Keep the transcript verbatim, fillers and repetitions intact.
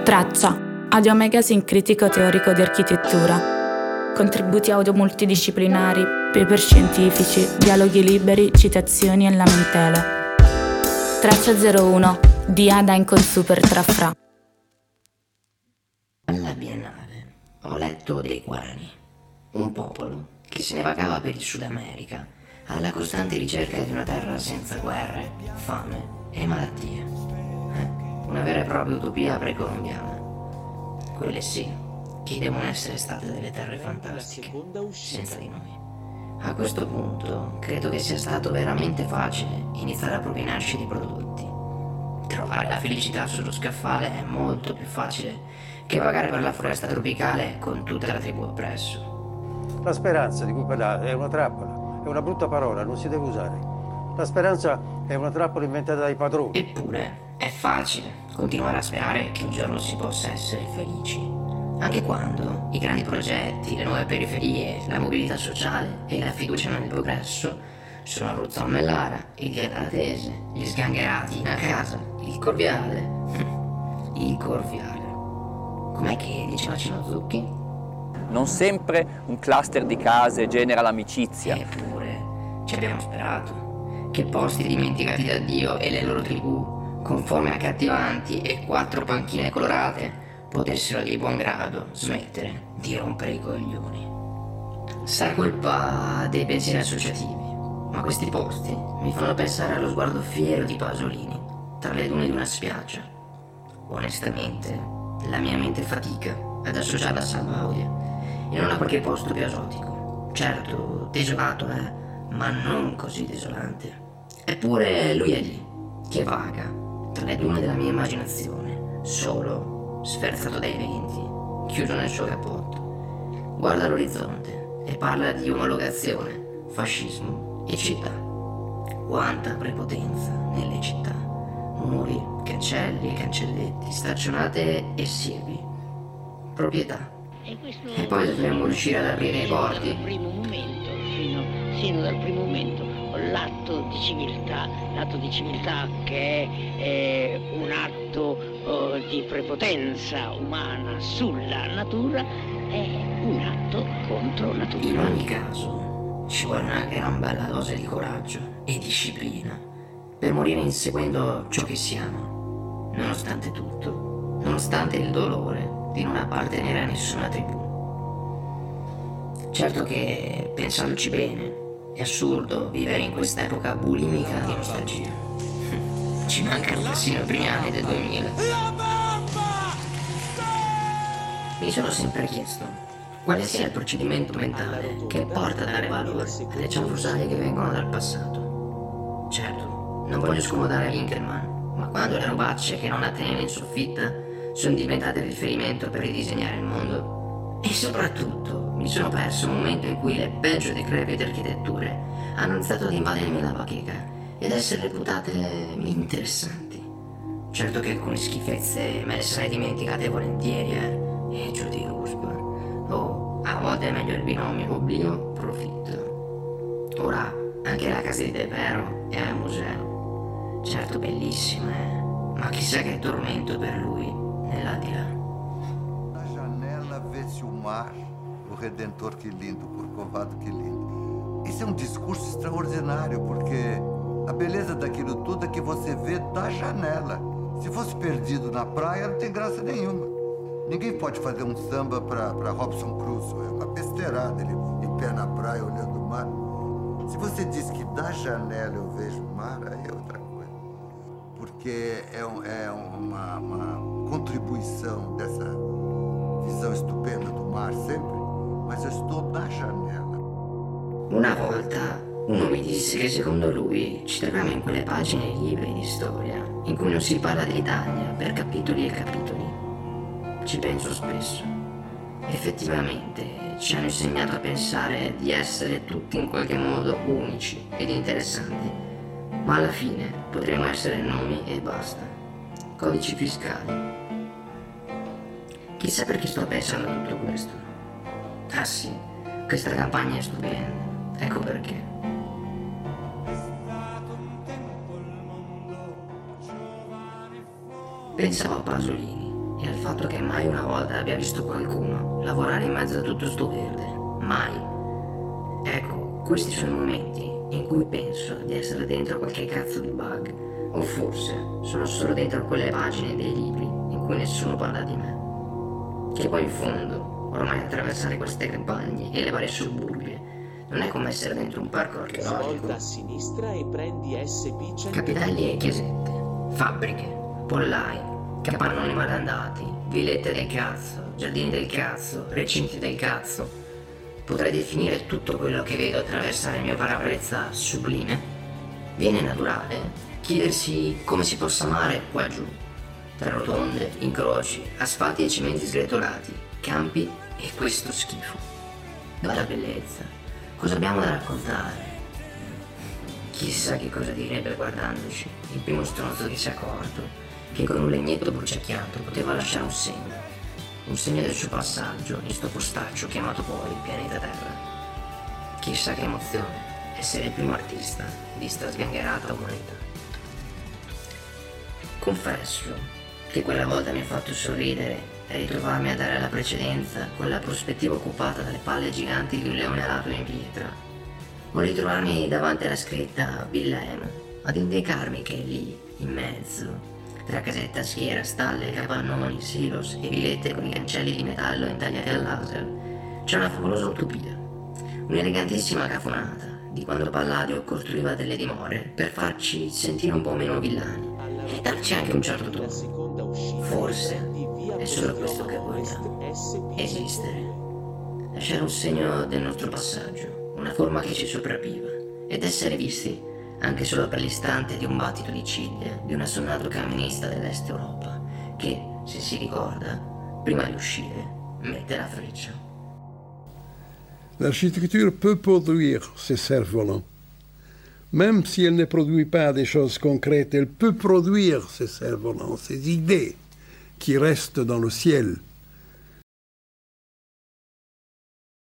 Traccia, Audio Magazine critico teorico di architettura. Contributi audio multidisciplinari, paper scientifici, dialoghi liberi, citazioni e lamentele. Traccia zero uno di Ada con Super Trafra. Alla Biennale ho letto dei Guarani, un popolo che se ne vagava per il Sud America alla costante ricerca di una terra senza guerre, fame e malattie. Eh, una vera e propria utopia precolombiana. Quelle sì, che devono essere state delle terre fantastiche, senza di noi. A questo punto credo che sia stato veramente facile iniziare a propinarci dei prodotti. Trovare la felicità sullo scaffale è molto più facile che vagare per la foresta tropicale con tutta la tribù appresso. La speranza di cui parlate è una trappola, è una brutta parola, non si deve usare. La speranza è una trappola inventata dai padroni. Eppure è facile continuare a sperare che un giorno si possa essere felici, anche quando i grandi progetti, le nuove periferie, la mobilità sociale e la fiducia nel progresso sono Abruzzo Mellara, il Gherratese, gli sgangherati, a casa, il Corviale. Il Corviale. Com'è che diceva Cino Zucchi? Non sempre un cluster di case genera l'amicizia. Eppure ci abbiamo sperato che posti dimenticati da Dio e le loro tribù, con forme accattivanti e quattro panchine colorate, potessero di buon grado smettere di rompere i coglioni. Sarà colpa dei pensieri associativi, ma questi posti mi fanno pensare allo sguardo fiero di Pasolini tra le dune di una spiaggia. Onestamente, la mia mente fatica ad associarla a Sabaudia e non a qualche posto più esotico. Certo, desolato è, ma non così desolante. Eppure lui è lì, che vaga tra le dune della mia immaginazione, solo, sferzato dai venti, chiuso nel suo cappotto. Guarda l'orizzonte e parla di omologazione, fascismo e città. Quanta prepotenza nelle città. Muri, cancelli e cancelletti, staccionate e siepi. Proprietà. E, e poi dobbiamo riuscire ad aprire i bordi. Dal primo momento, fino, fino dal primo momento, l'atto di civiltà, l'atto di civiltà che è eh, un atto oh, di prepotenza umana sulla natura, è un atto contro natura. In ogni caso, ci vuole una gran bella dose di coraggio e disciplina per morire inseguendo ciò che siamo, nonostante tutto, nonostante il dolore di non appartenere a nessuna tribù. Certo che, pensandoci bene, è assurdo vivere in quest'epoca bulimica di nostalgia. Ci mancano persino i primi anni del duemila. Mi sono sempre chiesto quale sia il procedimento mentale che porta a dare valore alle cianfrusaglie che vengono dal passato. Certo, non voglio scomodare Winkelmann, ma quando le robacce che non attenevano in soffitta sono diventate riferimento per ridisegnare il mondo. E soprattutto mi sono perso un momento in cui le peggio decrepite architetture hanno iniziato ad invadermi la bacheca ed essere reputate interessanti. Certo che alcune schifezze me le sarei dimenticate volentieri, eh, e giù di ruspa. O a volte è meglio il binomio oblio-profitto. Ora anche la casa di De Pero è al museo. Certo bellissima, eh, ma chissà che tormento per lui nell'aldilà. Vê-se o mar, o Redentor, que lindo, Corcovado, que lindo. Isso é um discurso extraordinário, porque a beleza daquilo tudo é que você vê da janela. Se fosse perdido na praia, não tem graça nenhuma. Ninguém pode fazer um samba para Robson Crusoe, é uma besteirada, ele de pé na praia olhando o mar. Se você diz que da janela eu vejo o mar, aí é outra coisa. Porque é, um, é uma, uma contribuição dessa visão stupenda do mar sempre, mas eu estou na janela. Una volta uno mi disse che secondo lui ci troviamo in quelle pagine libere di storia in cui non si parla dell'Italia per capitoli e capitoli. Ci penso spesso. Effettivamente ci hanno insegnato a pensare di essere tutti in qualche modo unici ed interessanti, ma alla fine potremo essere nomi e basta. Codici fiscali. Chissà perché sto pensando a tutto questo. Ah sì, questa campagna è stupenda, ecco perché. Pensavo a Pasolini e al fatto che mai una volta abbia visto qualcuno lavorare in mezzo a tutto sto verde. Mai. Ecco, questi sono i momenti in cui penso di essere dentro qualche cazzo di bug, o forse sono solo dentro quelle pagine dei libri in cui nessuno parla di me. Che poi in fondo, ormai attraversare queste campagne e le varie suburbie non è come essere dentro un parco archeologico. Svolta a sinistra e prendi S P cento. Capitelli e chiesette, fabbriche, pollai, capannoni malandati, villette del cazzo, giardini del cazzo, recinti del cazzo. Potrei definire tutto quello che vedo attraversare il mio parabrezza sublime. Viene naturale chiedersi come si possa amare qua giù, tra rotonde, incroci, asfalti e cementi sgretolati, campi e questo schifo. Dov'è la bellezza? Cosa abbiamo da raccontare? Chissà che cosa direbbe guardandoci il primo stronzo che si è accorto che con un legnetto bruciacchiato poteva lasciare un segno, un segno del suo passaggio in sto postaccio chiamato poi pianeta Terra. Chissà che emozione essere il primo artista di sta sgangherata umanità. Confesso che quella volta mi ha fatto sorridere e ritrovarmi a dare la precedenza con la prospettiva occupata dalle palle giganti di un leone alato in pietra, o ritrovarmi davanti alla scritta Villa Emo, ad indicarmi che lì, in mezzo, tra casetta, schiera, stalle, capannoni, silos e villette con i cancelli di metallo intagliati al laser, c'è una favolosa utopia, un'elegantissima cafonata di quando Palladio costruiva delle dimore per farci sentire un po' meno villani e darci anche un certo tono. Forse è solo questo che vogliamo, esistere, lasciare un segno del nostro passaggio, una forma che ci sopravviva ed essere visti anche solo per l'istante di un battito di ciglia di un assonnato camionista dell'Est Europa che, se si ricorda, prima di uscire mette la freccia. L'architecture peut produire ces cerfs-volants. Même si elle ne produit pas des choses concrètes, elle peut produire ces cerfs-volants, ces idées qui restent dans le ciel